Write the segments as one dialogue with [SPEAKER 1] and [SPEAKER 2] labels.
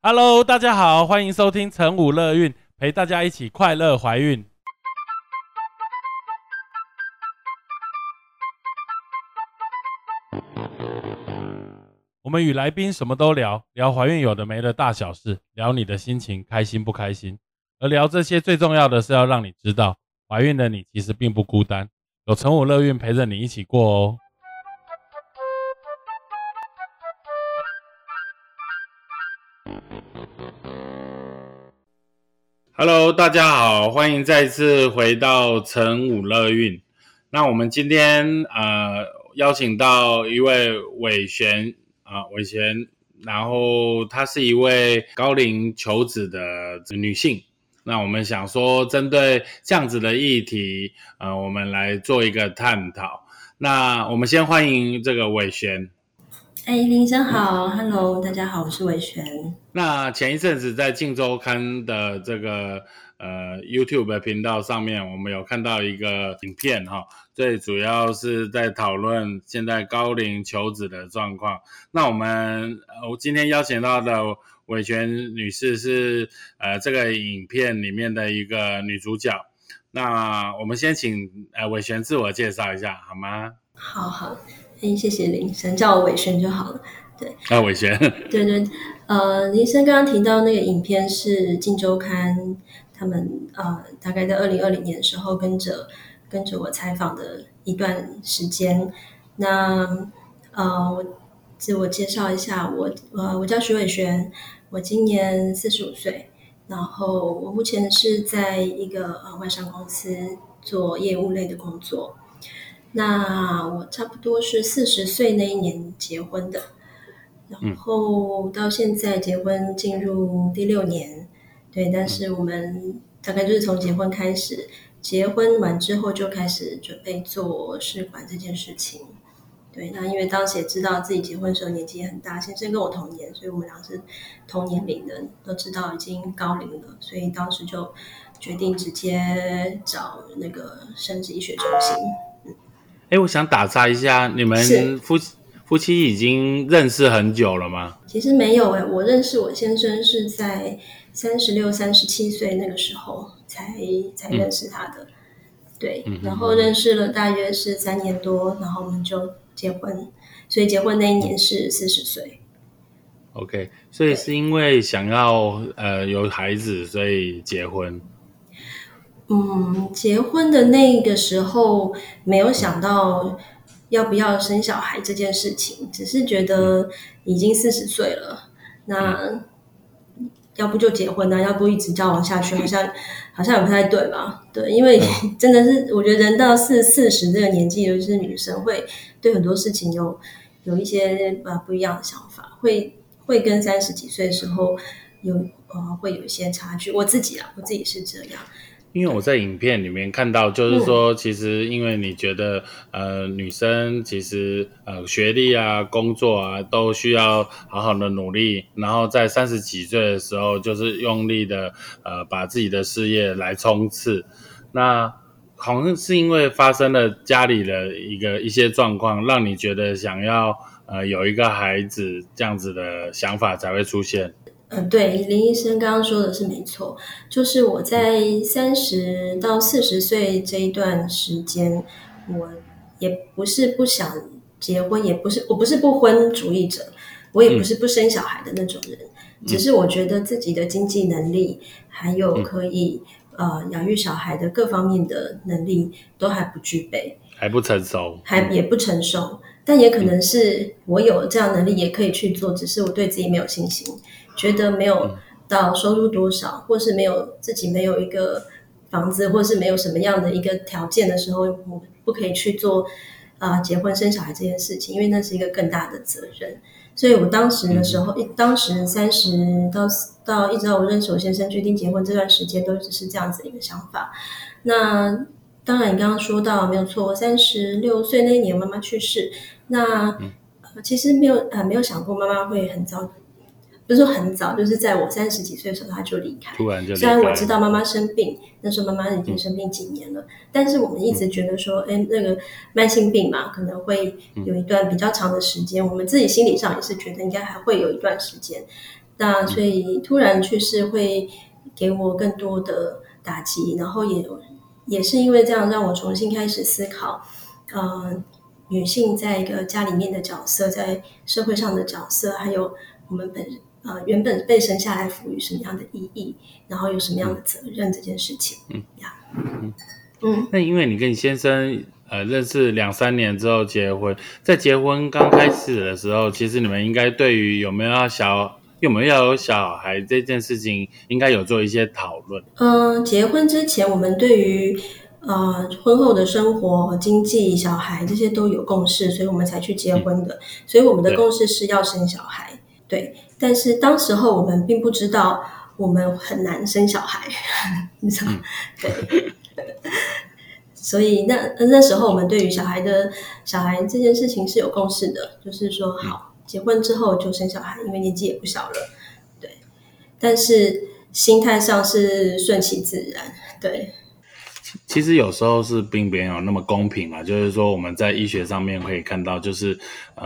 [SPEAKER 1] Hello，大家好，欢迎收听成武乐运，陪大家一起快乐怀孕。我们与来宾什么都聊，聊怀孕有的没的大小事，聊你的心情开心不开心。而聊这些最重要的是要让你知道，怀孕的你其实并不孤单，有成武乐运陪着你一起过哦。Hello， 大家好，欢迎再次回到成武乐运。那我们今天邀请到一位伟璇，然后她是一位高龄求子的女性。那我们想说，针对这样子的议题，我们来做一个探讨。那我们先欢迎这个伟璇。
[SPEAKER 2] 林生好 ，Hello， 大家好，我是伟璇。
[SPEAKER 1] 那前一阵子在镜周刊的这个YouTube 频道上面，我们有看到一个影片哈，最主要是在讨论现在高龄求子的状况。那我今天邀请到的伟璇女士是这个影片里面的一个女主角。那我们先请伟璇自我介绍一下好吗？
[SPEAKER 2] 好，谢谢林生，叫我伟璇就好了。对，
[SPEAKER 1] 伟璇，
[SPEAKER 2] 对，林生刚刚提到那个影片是镜周刊他们大概在2020年的时候跟着我采访的一段时间。那我自我介绍一下，我叫徐伟璇，我今年45岁，然后我目前是在一个外商公司做业务类的工作。那我差不多是40岁那一年结婚的，然后到现在结婚进入第6年，对，但是我们大概就是从结婚开始，结婚完之后就开始准备做试管这件事情。对，那因为当时也知道自己结婚的时候年纪也很大，先生跟我同年，所以我们俩是同年龄的，都知道已经高龄了，所以当时就决定直接找那个生殖医学中心。
[SPEAKER 1] 我想打岔一下，你们夫妻已经认识很久了吗？
[SPEAKER 2] 其实没有我认识我先生是在36、37岁那个时候才认识他的。对，然后认识了大约是3年多，然后我们就结婚，所以结婚那一年是40岁。
[SPEAKER 1] OK， 所以是因为想要有孩子，所以结婚。
[SPEAKER 2] 结婚的那个时候没有想到要不要生小孩这件事情，只是觉得已经40岁了，那要不就结婚啊，要不一直交往下去，好像也不太对吧？对，因为真的是我觉得人到40这个年纪，尤其是女生，会对很多事情有一些不一样的想法，会跟30几岁的时候会有一些差距。我自己是这样。
[SPEAKER 1] 因为我在影片里面看到，就是说，其实因为你觉得，女生其实学历啊、工作啊都需要好好的努力，然后在30几岁的时候，就是用力的把自己的事业来冲刺。那好像是因为发生了家里的一些状况，让你觉得想要有一个孩子这样子的想法才会出现。
[SPEAKER 2] 对，林医生刚刚说的是没错，就是我在30到40岁这一段时间，我也不是不想结婚，我不是不婚主义者，我也不是不生小孩的那种人，只是我觉得自己的经济能力还有可以养育小孩的各方面的能力都还不具备，
[SPEAKER 1] 还不成熟，
[SPEAKER 2] 也不成熟，但也可能是我有这样能力也可以去做，只是我对自己没有信心。觉得没有到收入多少，或是自己没有一个房子，或是没有什么样的一个条件的时候，我不可以去做结婚生小孩这件事情，因为那是一个更大的责任。所以我当时的时候，当时30到一直到我认识我先生决定结婚这段时间，都只是这样子的一个想法。那当然，你刚刚说到没有错，我36岁那一年妈妈去世，那其实没有想过妈妈会很早。不是说很早，就是在我30几岁的时候，他就离开。
[SPEAKER 1] 突然就离开。
[SPEAKER 2] 虽然我知道妈妈生病，那时候妈妈已经生病几年了，但是我们一直觉得说，那个慢性病嘛，可能会有一段比较长的时间。我们自己心理上也是觉得应该还会有一段时间。 那所以突然去世会给我更多的打击，然后也是因为这样让我重新开始思考，女性在一个家里面的角色，在社会上的角色，还有我们原本被生下来赋予什么样的意义，然后有什么样的责任这件事情。
[SPEAKER 1] 那因为你跟你先生认识2-3年之后结婚，在结婚刚开始的时候，其实你们应该对于有没有要有小孩这件事情，应该有做一些讨论。
[SPEAKER 2] 结婚之前，我们对于婚后的生活、经济、小孩这些都有共识，所以我们才去结婚的。所以我们的共识是要生小孩，对。但是当时候我们并不知道我们很难生小孩，你知道，对。所以那时候我们对于小孩这件事情是有共识的，就是说好，结婚之后就生小孩，因为年纪也不小了，对。但是心态上是顺其自然，对。
[SPEAKER 1] 其实有时候是并没有那么公平嘛，就是说我们在医学上面可以看到，就是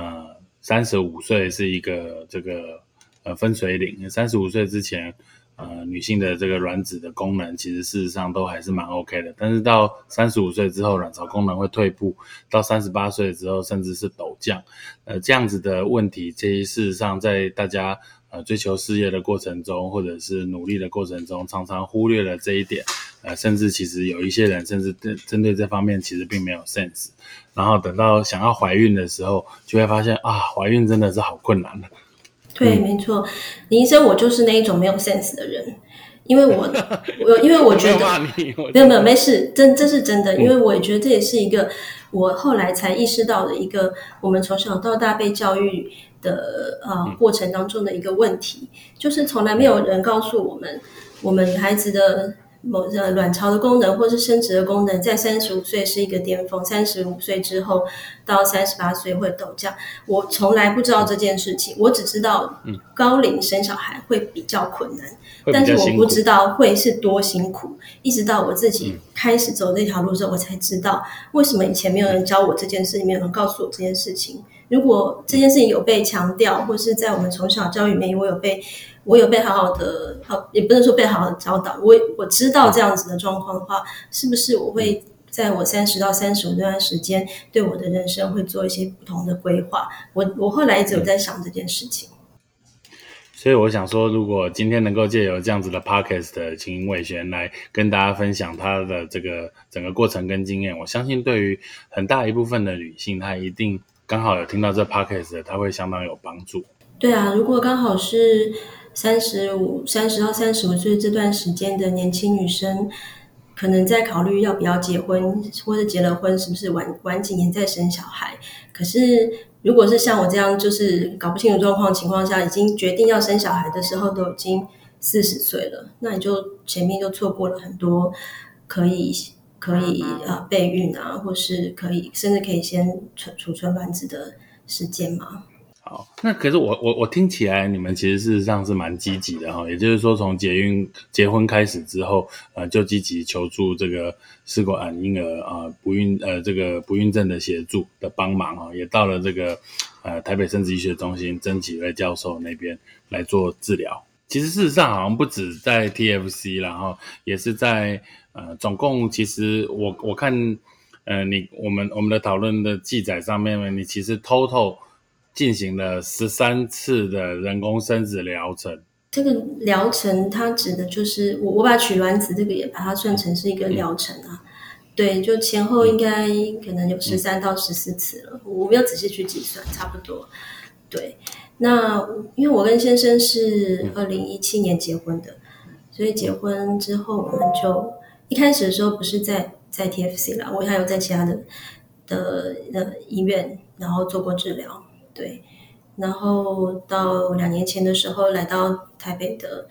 [SPEAKER 1] 35岁是一个这个分水岭，35岁之前女性的这个卵子的功能其实事实上都还是蛮 OK 的，但是到35岁之后卵巢功能会退步，到38岁之后甚至是陡降，这样子的问题，其实事实上在大家追求事业的过程中，或者是努力的过程中，常常忽略了这一点，甚至其实有一些人甚至针对这方面其实并没有 sense， 然后等到想要怀孕的时候，就会发现怀孕真的是好困难的。
[SPEAKER 2] 对，没错，林医生，我就是那一种没有 sense 的人，因为我觉得没有没事，这是真的，因为我也觉得这也是一个我后来才意识到的一个我们从小到大被教育的过程当中的一个问题，就是从来没有人告诉我们孩子的卵巢的功能或是生殖的功能在35岁是一个巅峰，35岁之后到38岁会陡降。我从来不知道这件事情，我只知道高龄生小孩会比较困难，但是我不知道会是多辛苦。一直到我自己开始走这条路之后，我才知道为什么以前没有人教我这件事，没有人告诉我这件事情。如果这件事情有被强调，或是在我们从小教育里面我有被好好的，也不能说被好好的教导，我知道这样子的状况的话，是不是我会在我30到35这段时间对我的人生会做一些不同的规划？我后来一直有在想这件事情。
[SPEAKER 1] 所以我想说，如果今天能够借由这样子的 podcast 请伟璇来跟大家分享他的这个整个过程跟经验，我相信对于很大一部分的女性，她一定刚好有听到这 podcast 的，她会相当有帮助。
[SPEAKER 2] 对啊，如果刚好是30到35岁这段时间的年轻女生，可能在考虑要不要结婚，或者结了婚是不是晚几年再生小孩。可是如果是像我这样就是搞不清楚状况的情况下，已经决定要生小孩的时候都已经40岁了，那你就前面就错过了很多可以备孕啊，或是甚至可以先储存卵子的时间嘛。
[SPEAKER 1] 好，那可是我听起来你们其实事实上是蛮积极的哈，也就是说从结婚开始之后，就积极求助这个试管婴儿这个不孕症的协助的帮忙哈，也到了这个台北生殖医学中心曾启瑞教授那边来做治疗。其实事实上好像不止在 TFC， 然后也是在总共其实我看我们的讨论的记载上面，你其实 total进行了13次的人工生殖疗程。
[SPEAKER 2] 这个疗程它指的就是我把取卵子这个也把它算成是一个疗程啊。对，就前后应该可能有13到14次了，我没有仔细去计算，差不多。对，那因为我跟先生是2017年结婚的，所以结婚之后我们就一开始的时候不是在 TFC 啦，我还有在其他的医院然后做过治疗。对，然后到2年前的时候来到台北的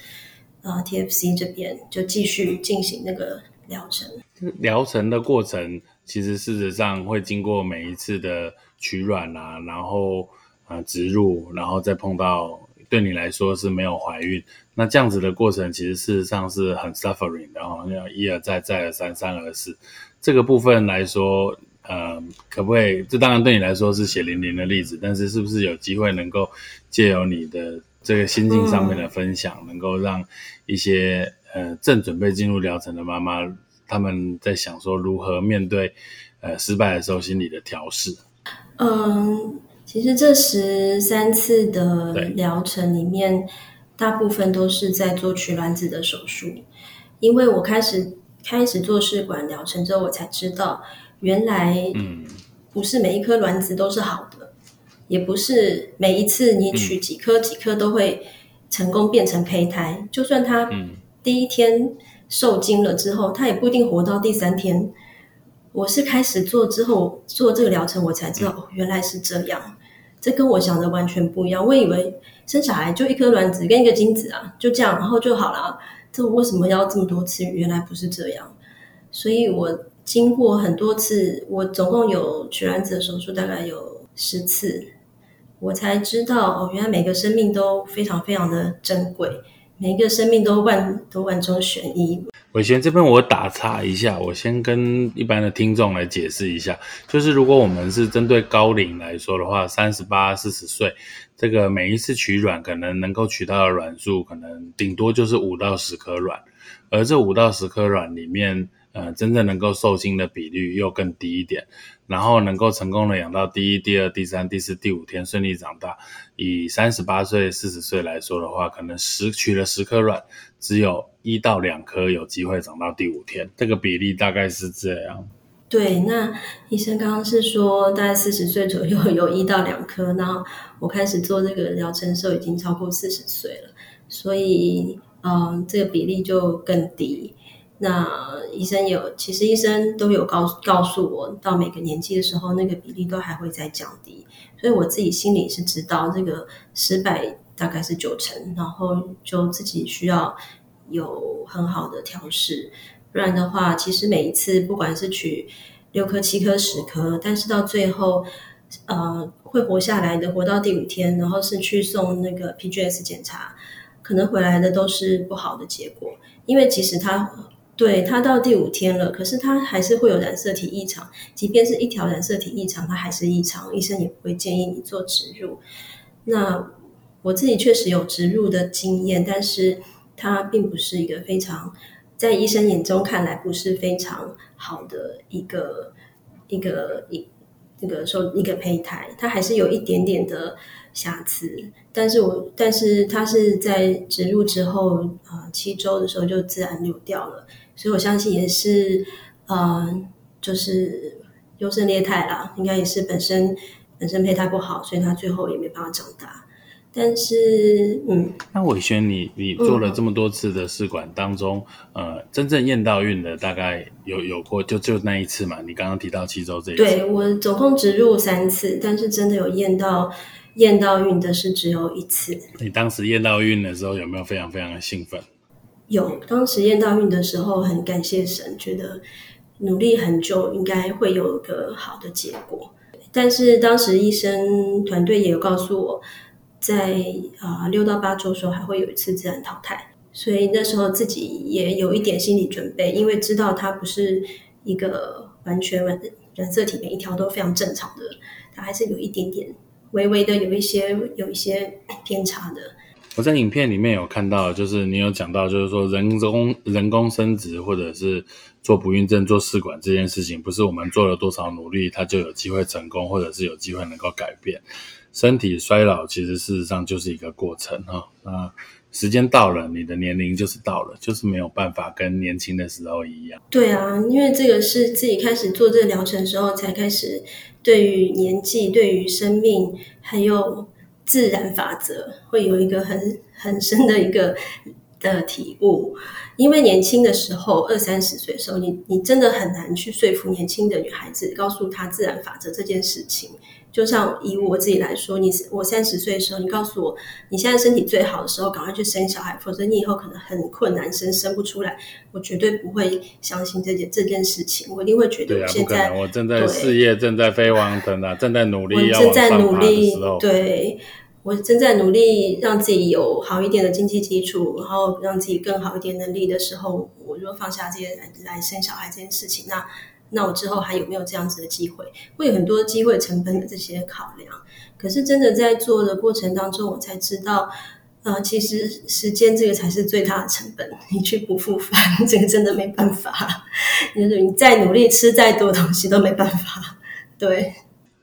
[SPEAKER 2] TFC 这边，就继续进行那个疗程。
[SPEAKER 1] 疗程的过程其实事实上会经过每一次的取卵啊，然后植入，然后再碰到对你来说是没有怀孕，那这样子的过程其实事实上是很 suffering 的哦，要一而再再而三三而四。这个部分来说可不可以，这当然对你来说是血淋淋的例子，但是是不是有机会能够借由你的这个心境上面的分享，能够让一些正准备进入疗程的妈妈，他们在想说如何面对失败的时候心理的调试。
[SPEAKER 2] 其实这13次的疗程里面，大部分都是在做取卵子的手术。因为我开始做试管疗程之后，我才知道原来不是每一颗卵子都是好的，也不是每一次你取几颗都会成功变成胚胎。就算他第一天受精了之后，他也不一定活到第3天。我是开始做之后，做这个疗程我才知道，原来是这样。这跟我想的完全不一样。我以为生小孩就一颗卵子跟一个精子啊，就这样然后就好了，这为什么要这么多次？原来不是这样。所以我经过很多次，我总共有取卵子的手术大概有10次，我才知道原来每个生命都非常非常的珍贵，每一个生命都万中选一。
[SPEAKER 1] 伟璇，这边我打岔一下，我先跟一般的听众来解释一下，就是如果我们是针对高龄来说的话，38、40岁，这个每一次取卵可能够取到的卵数可能顶多就是5到10颗卵，而这5到10颗卵里面真正能够受精的比率又更低一点，然后能够成功的养到第1、第2、第3、第4、第5天顺利长大。以38岁、40岁来说的话，可能取了10颗卵，只有1到2颗有机会长到第5天，这个比例大概是这样。
[SPEAKER 2] 对，那医生刚刚是说大概40岁左右有1到2颗，然后我开始做这个疗程的时候已经超过40岁了，所以这个比例就更低。那其实医生都有告诉我，到每个年纪的时候，那个比例都还会再降低。所以我自己心里是知道，这个失败大概是90%，然后就自己需要有很好的调试。不然的话，其实每一次不管是取6颗、7颗、10颗，但是到最后，会活下来的，活到第5天，然后是去送那个 PGS 检查，可能回来的都是不好的结果，因为即使他到第5天了，可是他还是会有染色体异常，即便是一条染色体异常，他还是异常，医生也不会建议你做植入。那我自己确实有植入的经验，但是它并不是一个非常，在医生眼中看来不是非常好的一个胚胎，它还是有一点点的瑕疵，但是它是在植入之后7周的时候就自然流掉了，所以我相信也是就是优胜劣汰啦，应该也是本身胚胎不好，所以它最后也没办法长大。但是
[SPEAKER 1] 那伟璇，你做了这么多次的试管当中，真正验到孕的大概有过就那一次嘛？你刚刚提到7周这一次。
[SPEAKER 2] 对，我总共植入3次，但是真的有验到孕的是只有1次。
[SPEAKER 1] 你当时验到孕的时候有没有非常非常的兴奋？
[SPEAKER 2] 有，当时验到孕的时候很感谢神，觉得努力很久应该会有一个好的结果。但是当时医生团队也有告诉我，在6到8周的时候还会有一次自然淘汰，所以那时候自己也有一点心理准备，因为知道它不是一个完全染色体每一条都非常正常的，它还是有一点点微微的有一些偏差的。
[SPEAKER 1] 我在影片里面有看到，就是你有讲到，就是说人工生殖或者是做不孕症、做试管这件事情，不是我们做了多少努力，它就有机会成功，或者是有机会能够改变。身体衰老其实事实上就是一个过程那时间到了，你的年龄就是到了，就是没有办法跟年轻的时候一样。
[SPEAKER 2] 对啊，因为这个是自己开始做这个疗程的时候才开始对于年纪、对于生命还有自然法则会有一个很深的一个的体悟。因为年轻的时候20-30岁的时候，你真的很难去说服年轻的女孩子，告诉她自然法则这件事情。就像以我自己来说，我30岁的时候，你告诉我你现在身体最好的时候赶快去生小孩，否则你以后可能很困难生不出来，我绝对不会相信这件事情。我一定会觉得我现在
[SPEAKER 1] 我正在事业正在飞黄腾正在努力要
[SPEAKER 2] 往上爬
[SPEAKER 1] 的时候，
[SPEAKER 2] 对，我正在努力让自己有好一点的经济基础，然后让自己更好一点能力的时候，我如果放下这些来生小孩这件事情，那我之后还有没有这样子的机会？会有很多机会成本的这些考量。可是真的在做的过程当中，我才知道， 其实时间这个才是最大的成本，你去不复返，这个真的没办法，就是你再努力吃再多东西都没办法，对。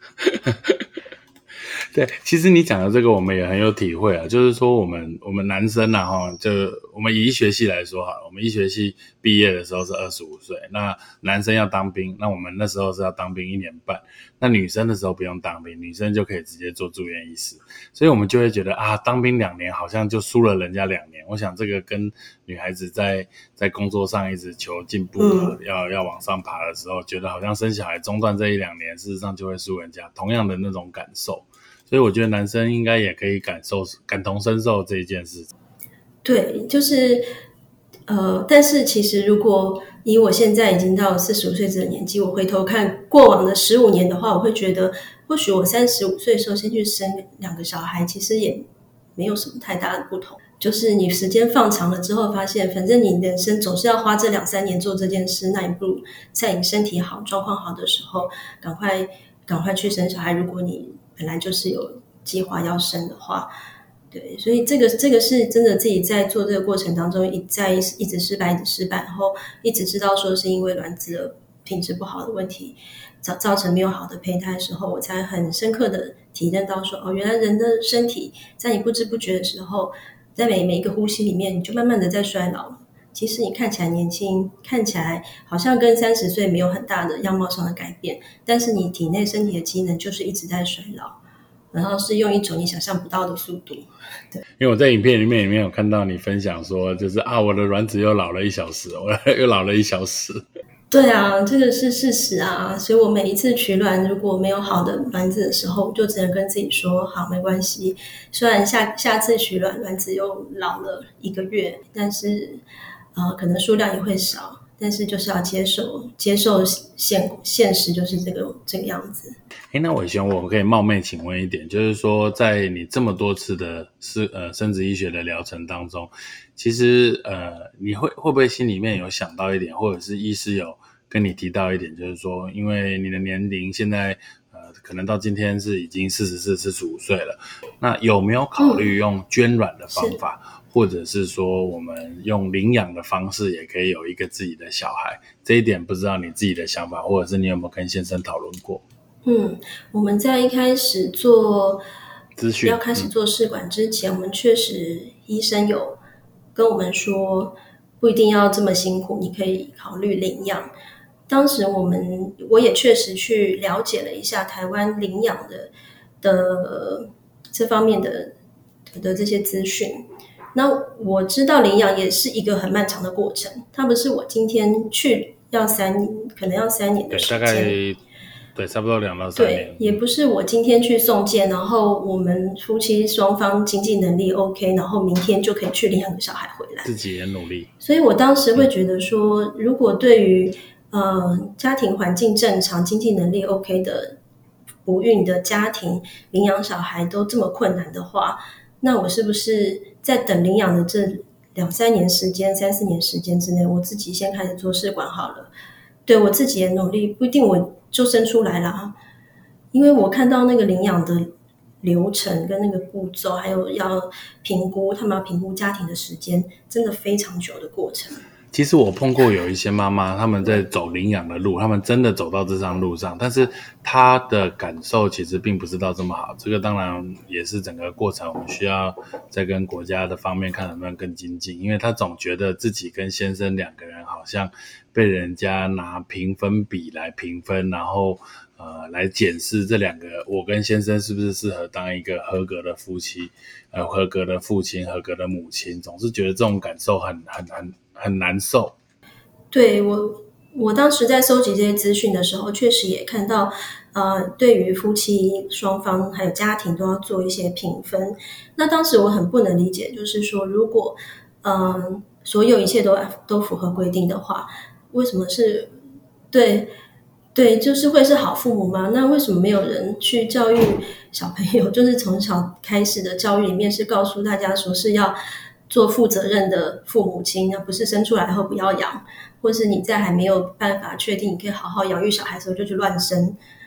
[SPEAKER 1] 对，其实你讲的这个我们也很有体会啊，就是说我们男生啊就我们以医学系来说好了，我们医学系毕业的时候是25岁，那男生要当兵，那我们那时候是要当兵1年半，那女生的时候不用当兵，女生就可以直接做住院医师，所以我们就会觉得啊，当兵2年好像就输了人家2年。我想这个跟女孩子在工作上一直求进步要往上爬的时候，觉得好像生小孩中断这1-2年，事实上就会输人家，同样的那种感受。所以我觉得男生应该也可以感同身受这一件事情。
[SPEAKER 2] 对，就是但是其实如果以我现在已经到45岁这个年纪，我回头看过往的15年的话，我会觉得或许我35岁的时候先去生2个小孩，其实也没有什么太大的不同。就是你时间放长了之后，发现反正你人生总是要花这2-3年做这件事，那你不如在你身体好、状况好的时候，赶快去生小孩。如果你本来就是有计划要生的话，对，所以这个是真的自己在做这个过程当中一直失败，然后一直知道说是因为卵子的品质不好的问题造成没有好的胚胎的时候，我才很深刻的体认到说，原来人的身体在你不知不觉的时候，在每一个呼吸里面，你就慢慢的在衰老了。其实你看起来年轻，看起来好像跟30岁没有很大的样貌上的改变，但是你体内身体的机能就是一直在衰老，然后是用一种你想象不到的速度。对，
[SPEAKER 1] 因为我在影片里面有看到你分享说，就是我的卵子又老了1小时，我又老了1小时。
[SPEAKER 2] 对啊，这个是事实啊，所以我每一次取卵如果没有好的卵子的时候，我就只能跟自己说好，没关系，虽然下次取卵子又老了1个月，但是可能数量也会少，但是就是要接受现实，就是这个样子。
[SPEAKER 1] 那伟雄，我可以冒昧请问一点，就是说在你这么多次的生殖医学的疗程当中，其实你会不会心里面有想到一点，或者是医师有跟你提到一点，就是说因为你的年龄现在可能到今天是已经44、45岁了，那有没有考虑用捐卵的方法，或者是说我们用领养的方式也可以有一个自己的小孩？这一点不知道你自己的想法，或者是你有没有跟先生讨论过？
[SPEAKER 2] 我们在一开始做
[SPEAKER 1] 资讯
[SPEAKER 2] 要开始做试管之前，我们确实医生有跟我们说不一定要这么辛苦，你可以考虑领养。当时我也确实去了解了一下台湾领养的这方面的这些资讯。那我知道领养也是一个很漫长的过程，它不是我今天去可能要3年的时间，
[SPEAKER 1] 大概对，差不多2到3年。
[SPEAKER 2] 对，也不是我今天去送件，然后我们夫妻双方经济能力 OK， 然后明天就可以去领养个小孩回来，
[SPEAKER 1] 自己也努力。
[SPEAKER 2] 所以我当时会觉得说，如果对于家庭环境正常、经济能力 OK 的不孕的家庭领养小孩都这么困难的话，那我是不是在等领养的这2-3年时间、3-4年时间之内，我自己先开始做试管好了？对，我自己的努力不一定我就生出来啦，因为我看到那个领养的流程跟那个步骤，还有要评估他们要评估家庭的时间，真的非常久的过程。
[SPEAKER 1] 其实我碰过有一些妈妈，他们在走领养的路，他们真的走到这条路上，但是她的感受其实并不是到这么好。这个当然也是整个过程，我们需要再跟国家的方面看能不能更精进，因为她总觉得自己跟先生2个人好像被人家拿评分比来评分，然后来检视这2个我跟先生是不是适合当一个合格的夫妻，合格的父亲，合格的母亲，总是觉得这种感受很难受。
[SPEAKER 2] 对，我当时在收集这些资讯的时候，确实也看到对于夫妻双方还有家庭都要做一些评分。那当时我很不能理解，就是说如果所有一切都符合规定的话，为什么是对，就是会是好父母吗？那为什么没有人去教育小朋友，就是从小开始的教育里面是告诉大家说是要做负责任的父母亲，而不是生出来后不要养，或是你在还没有办法确定你可以好好养育小孩的时候就去乱生，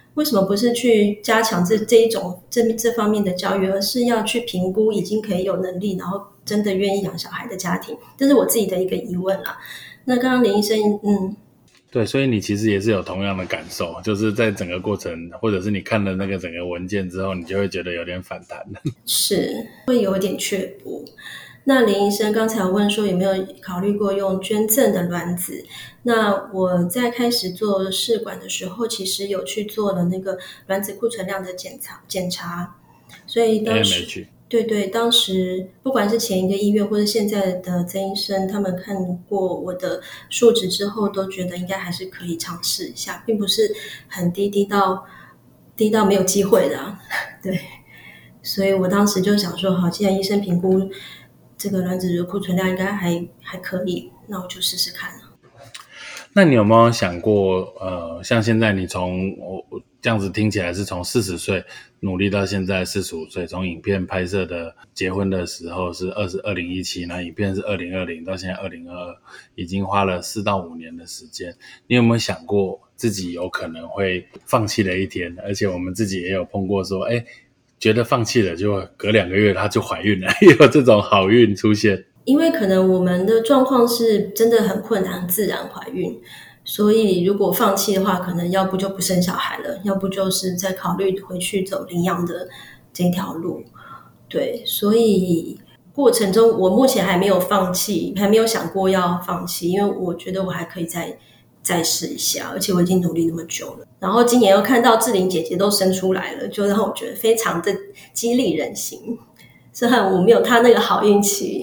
[SPEAKER 2] 为什么不是去加强这一种这方面的教育，而是要去评估已经可以有能力，然后真的愿意养小孩的家庭？这是我自己的一个疑问啦。那刚刚林医生，
[SPEAKER 1] 对，所以你其实也是有同样的感受，就是在整个过程，或者是你看了那个整个文件之后，你就会觉得有点反弹。
[SPEAKER 2] 是会有点却步。那林医生刚才问说有没有考虑过用捐赠的卵子？那我在开始做试管的时候，其实有去做了那个卵子库存量的检查，所以当时
[SPEAKER 1] AMH
[SPEAKER 2] 对，当时不管是前一个医院或者现在的曾医生，他们看过我的数值之后，都觉得应该还是可以尝试一下，并不是很低到没有机会的对，所以我当时就想说，好，既然医生评估这个卵子的库存量应该还可以，那我就试试看。
[SPEAKER 1] 那你有没有想过，像现在你从这样子听起来是从40岁努力到现在45岁，从影片拍摄的结婚的时候是2017，那影片是2020到现在2022，已经花了4到5年的时间。你有没有想过自己有可能会放弃的一天？而且我们自己也有碰过说，觉得放弃了，就隔2个月她就怀孕了，也有这种好运出现。
[SPEAKER 2] 因为可能我们的状况是真的很困难，自然怀孕，所以如果放弃的话，可能要不就不生小孩了，要不就是再考虑回去走领养的这条路。对，所以过程中我目前还没有放弃，还没有想过要放弃，因为我觉得我还可以再试一下，而且我已经努力那么久了。然后今年又看到志玲姐姐都生出来了，就让我觉得非常的激励人心。虽然我没有她那个好运气。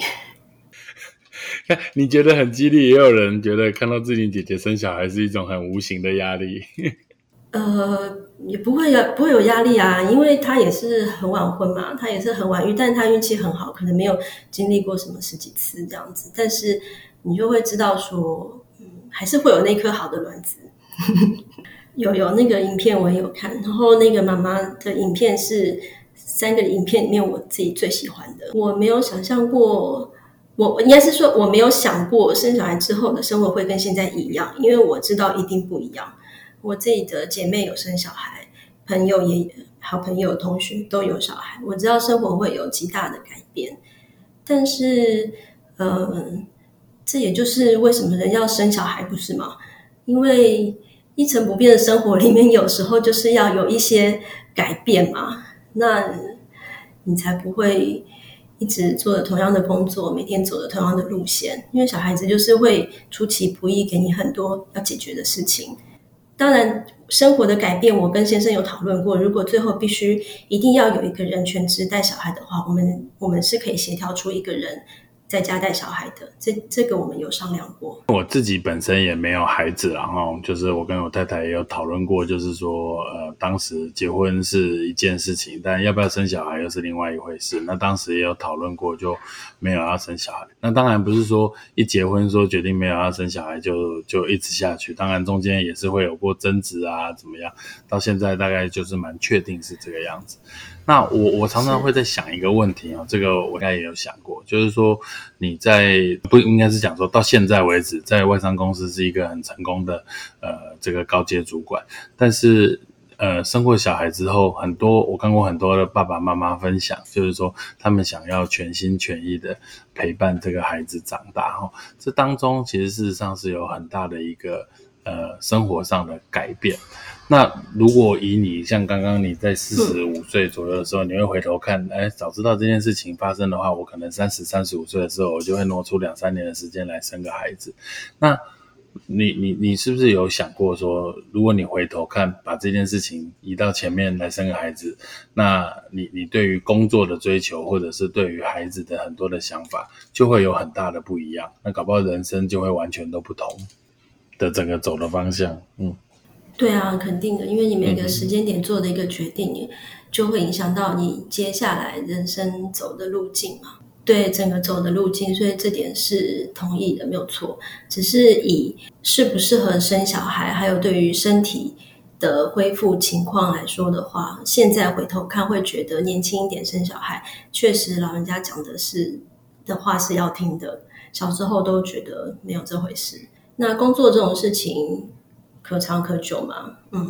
[SPEAKER 1] 你觉得很激励，也有人觉得看到志玲姐姐生小孩是一种很无形的压力。
[SPEAKER 2] 也不会有压力啊，因为她也是很晚婚嘛，她也是很晚育，但她运气很好，可能没有经历过什么10几次这样子，但是你就会知道说，还是会有那颗好的卵子。有那个影片我也有看，然后那个妈妈的影片是3个影片里面我自己最喜欢的。我没有想象过，我应该是说我没有想过生小孩之后的生活会跟现在一样，因为我知道一定不一样。我自己的姐妹有生小孩，朋友也好朋友同学都有小孩，我知道生活会有极大的改变，但是这也就是为什么人要生小孩不是吗？因为一成不变的生活里面有时候就是要有一些改变嘛，那你才不会一直做的同样的工作，每天走的同样的路线，因为小孩子就是会出其不意给你很多要解决的事情。当然生活的改变我跟先生有讨论过，如果最后必须一定要有一个人全职带小孩的话，我们是可以协调出一个人在家带小孩的，这个我们有商量过。
[SPEAKER 1] 我自己本身也没有孩子，然后就是我跟我太太也有讨论过，就是说当时结婚是一件事情，但要不要生小孩又是另外一回事。那当时也有讨论过，就没有要生小孩。那当然不是说一结婚说决定没有要生小孩就一直下去，当然中间也是会有过争执啊怎么样，到现在大概就是蛮确定是这个样子。那我常常会在想一个问题这个我应该也有想过，就是说你不应该是讲说到现在为止，在外商公司是一个很成功的这个高阶主管，但是生过小孩之后，我看过很多的爸爸妈妈分享，就是说他们想要全心全意的陪伴这个孩子长大这当中其实事实上是有很大的一个生活上的改变。那如果以你像刚刚你在45岁左右的时候，你会回头看，早知道这件事情发生的话，我可能35岁的时候，我就会挪出2、3年的时间来生个孩子。那你是不是有想过说，如果你回头看，把这件事情移到前面来生个孩子，那你对于工作的追求，或者是对于孩子的很多的想法，就会有很大的不一样。那搞不好人生就会完全都不同的整个走的方向。
[SPEAKER 2] 对啊，肯定的，因为你每个时间点做的一个决定，就会影响到你接下来人生走的路径嘛。对，整个走的路径，所以这点是同意的，没有错。只是以适不适合生小孩，还有对于身体的恢复情况来说的话，现在回头看会觉得年轻一点生小孩，确实老人家讲的话是要听的。小时候都觉得没有这回事。那工作这种事情可长可久嘛，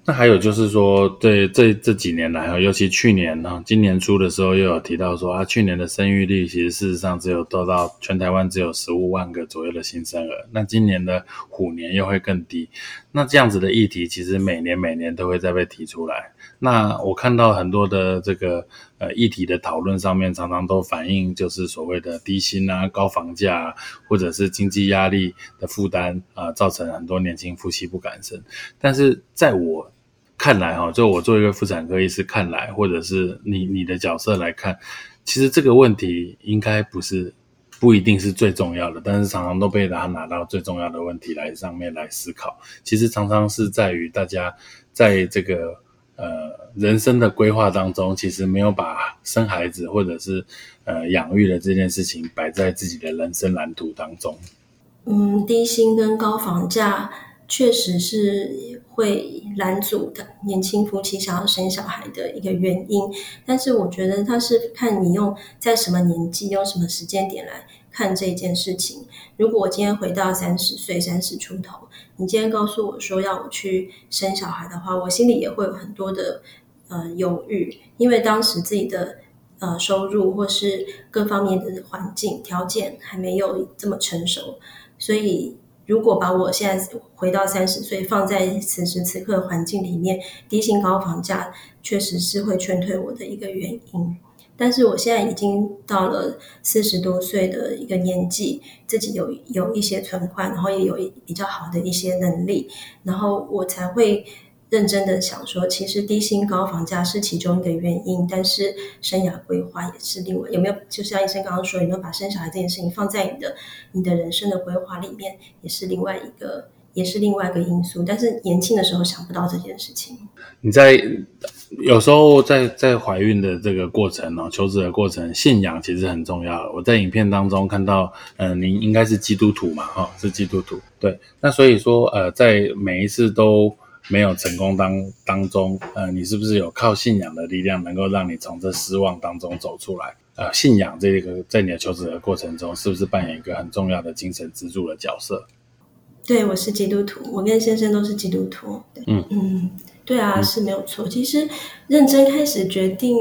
[SPEAKER 1] 那还有就是说，对这几年来，尤其去年今年初的时候，又有提到说去年的生育率其实事实上只有到全台湾只有15万个左右的新生儿，那今年的虎年又会更低。那这样子的议题，其实每年都会再被提出来。那我看到很多的这个议题的讨论上面，常常都反映就是所谓的低薪高房价或者是经济压力的负担造成很多年轻夫妻不敢生。但是在我看来就我作为一个妇产科医师看来，或者是你的角色来看，其实这个问题应该不一定是最重要的，但是常常都被他拿到最重要的问题上面来思考。其实常常是在于大家在这个人生的规划当中，其实没有把生孩子或者是养育的这件事情摆在自己的人生蓝图当中。
[SPEAKER 2] 低薪跟高房价确实是会拦阻的年轻夫妻想要生小孩的一个原因，但是我觉得它是看你用在什么年纪用什么时间点来看这件事情。如果我今天回到30岁30出头，你今天告诉我说要我去生小孩的话，我心里也会有很多的犹豫，因为当时自己的收入或是各方面的环境条件还没有这么成熟，所以如果把我现在回到30岁放在此时此刻的环境里面，低薪高房价确实是会劝退我的一个原因。但是我现在已经到了40多岁的一个年纪，自己有一些存款，然后也有比较好的一些能力，然后我才会认真的想说，其实低薪高房价是其中一个原因，但是生涯规划也是另外，有没有就像医生刚刚说，有没有把生小孩这件事情放在你的人生的规划里面，也是另外一个因素，但是年轻的时候想不到这件事情。
[SPEAKER 1] 你有时候在怀孕的这个过程求子的过程，信仰其实很重要。我在影片当中看到您应该是基督徒嘛是基督徒，对。那所以说在每一次都没有成功当中你是不是有靠信仰的力量能够让你从这失望当中走出来？信仰这个在你的求子的过程中是不是扮演一个很重要的精神支柱的角色？
[SPEAKER 2] 对，我是基督徒，我跟先生都是基督徒。对啊，是没有错。其实认真开始决定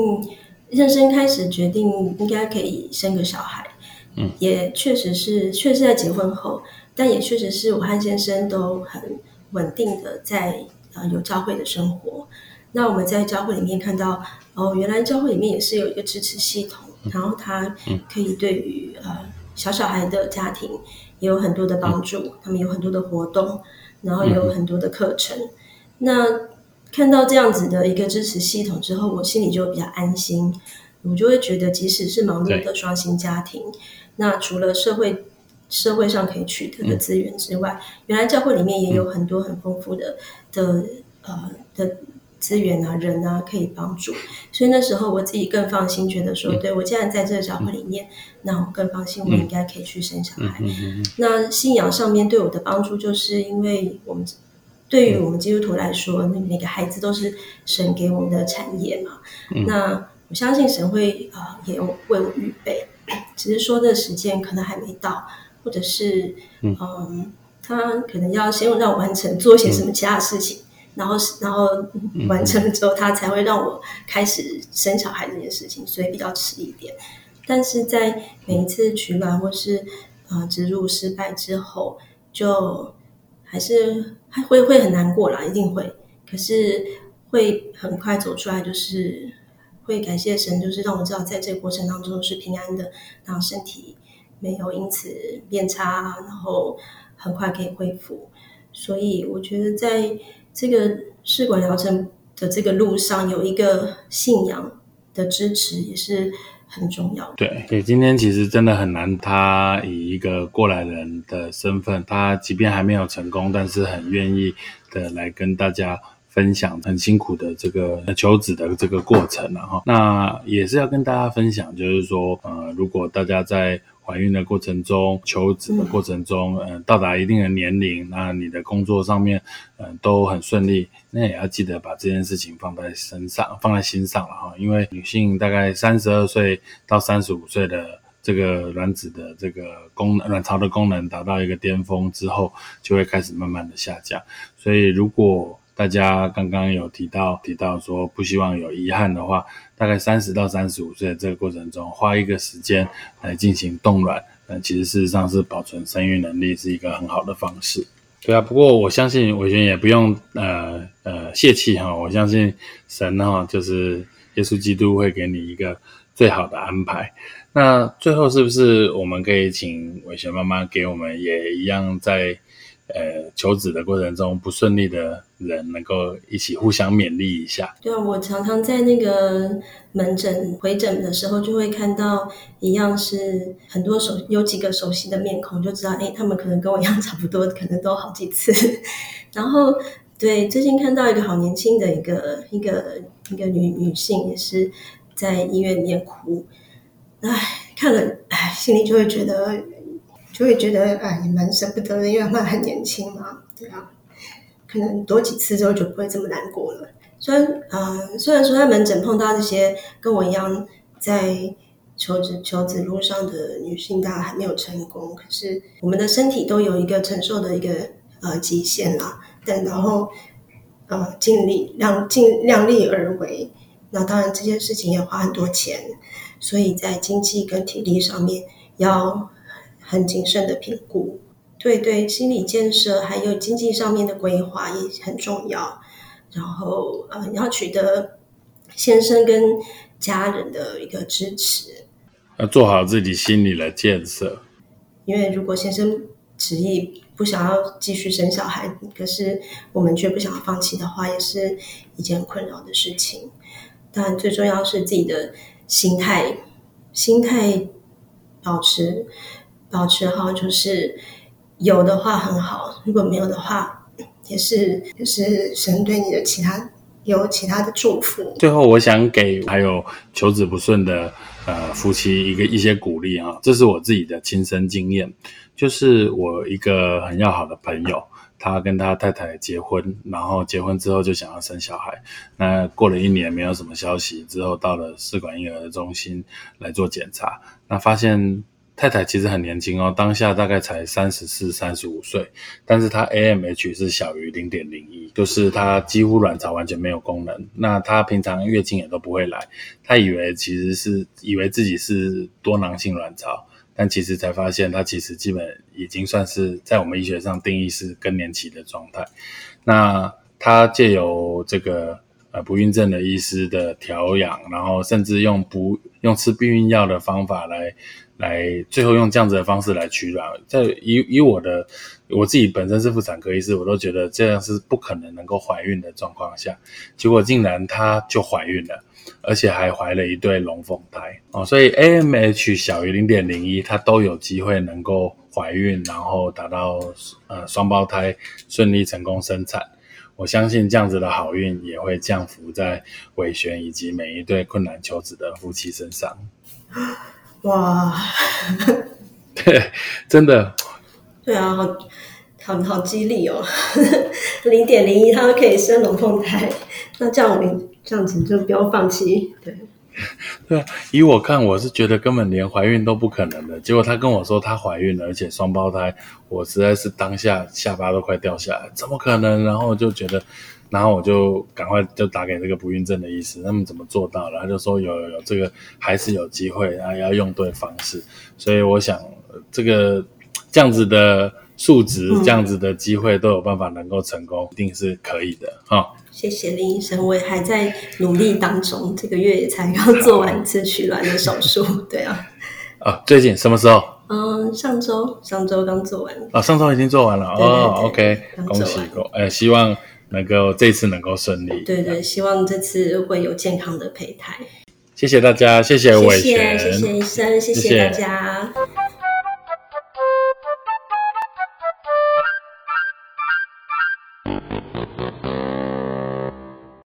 [SPEAKER 2] 应该可以生个小孩，也确实在结婚后，但也确实是我和先生都很稳定的在有教会的生活。那我们在教会里面看到原来教会里面也是有一个支持系统，然后它可以对于小孩的家庭也有很多的帮助，他们有很多的活动，然后也有很多的课程。那看到这样子的一个支持系统之后，我心里就比较安心，我就会觉得即使是忙碌的双薪家庭，那除了社会上可以取得的资源之外，原来教会里面也有很多很丰富的资源人可以帮助。所以那时候我自己更放心，觉得说对，我既然在这个教会里面，那我更放心我应该可以去生小孩。那信仰上面对我的帮助，就是因为对于我们基督徒来说，每个孩子都是神给我们的产业嘛。那我相信神会也有为我预备，只是说的时间可能还没到，或者是他可能要先让我完成做一些什么其他的事情，然后完成了之后，他才会让我开始生小孩这件事情，所以比较迟一点。但是在每一次取卵或是植入失败之后，就还会很难过啦，一定会。可是会很快走出来，就是会感谢神，就是让我知道在这个过程当中是平安的，然后身体没有因此变差，然后很快可以恢复。所以我觉得在这个试管疗程的这个路上，有一个信仰的支持也是很重要的。
[SPEAKER 1] 对，今天其实真的很难，他以一个过来人的身份，他即便还没有成功，但是很愿意的来跟大家分享很辛苦的这个求子的这个过程那也是要跟大家分享，就是说如果大家在怀孕的过程中，求子的过程中到达一定的年龄，那你的工作上面都很顺利，那也要记得把这件事情放在心上了因为女性大概32岁到35岁的这个卵子的这个卵巢的功能达到一个巅峰之后，就会开始慢慢的下降。所以如果大家刚刚有提到说不希望有遗憾的话，大概30到35岁的这个过程中，花一个时间来进行冻卵，其实事实上是保存生育能力是一个很好的方式。对啊，不过我相信伟璇也不用泄气哈，我相信神哈，就是耶稣基督会给你一个最好的安排。那最后是不是我们可以请伟璇妈妈给我们也一样在求子的过程中不顺利的人能够一起互相勉励一下？
[SPEAKER 2] 对啊，我常常在那个门诊回诊的时候就会看到一样是很多有几个熟悉的面孔，就知道他们可能跟我一样差不多，可能都好几次。然后对，最近看到一个好年轻的一个女性也是在医院里面哭，看了心里就会觉得也蛮舍不得的，因为他们很年轻嘛，对啊，可能多几次之后就不会这么难过了。虽然说在门诊碰到这些跟我一样在求子路上的女性，大家还没有成功，可是我们的身体都有一个承受的一个极限啦，然后尽量力而为。那当然这件事情也花很多钱，所以在经济跟体力上面要很谨慎的评估。对，心理建设还有经济上面的规划也很重要。然后要取得先生跟家人的一个支持，
[SPEAKER 1] 要做好自己心理的建设。
[SPEAKER 2] 因为如果先生执意不想要继续生小孩，可是我们却不想要放弃的话，也是一件困扰的事情。当然最重要是自己的心态保持好，就是有的话很好，如果没有的话也是神对你的其他的祝福。
[SPEAKER 1] 最后我想给还有求子不顺的夫妻一些鼓励啊，这是我自己的亲身经验，就是我一个很要好的朋友，他跟他太太结婚，然后结婚之后就想要生小孩，那过了1年没有什么消息，之后到了试管婴儿的中心来做检查，那发现太太其实很年轻哦，当下大概才34、35岁，但是她 AMH 是小于 0.01， 就是她几乎卵巢完全没有功能。那她平常月经也都不会来，她以为自己是多囊性卵巢，但其实才发现她其实基本已经算是在我们医学上定义是更年期的状态。那她借由这个不孕症的医师的调养，然后甚至用吃避孕药的方法来最后用这样子的方式来取卵。以我自己本身是妇产科医师，我都觉得这样是不可能能够怀孕的状况下，结果竟然她就怀孕了，而且还怀了一对龙凤胎所以 AMH 小于 0.01 她都有机会能够怀孕，然后达到双胞胎顺利成功生产。我相信这样子的好运也会降福在伟璇以及每一对困难求子的夫妻身上。
[SPEAKER 2] 哇，
[SPEAKER 1] 对，真的。
[SPEAKER 2] 对啊，好激励哦！0.01他可以生龙凤胎，那这样子就不用放弃。
[SPEAKER 1] 对啊，以我看，我是觉得根本连怀孕都不可能的。结果他跟我说他怀孕了，而且双胞胎，我实在是当下下巴都快掉下来，怎么可能？然后我就赶快就打给这个不孕症的医师，他们怎么做到了？他就说有这个还是有机会，然后要用对方式。所以我想这样子的数值，这样子的机会都有办法能够成功，一定是可以的
[SPEAKER 2] 谢谢林医生，我也还在努力当中，这个月也才刚做完一次取卵的手术。对啊。
[SPEAKER 1] 最近什么时候？
[SPEAKER 2] 上周刚做完。
[SPEAKER 1] 上周已经做完了。
[SPEAKER 2] 对
[SPEAKER 1] OK， 恭喜希望这次能够顺利。
[SPEAKER 2] 对，希望这次会有健康的胚胎。
[SPEAKER 1] 谢谢大家，谢谢伟璇，
[SPEAKER 2] 谢谢医生，谢谢大家。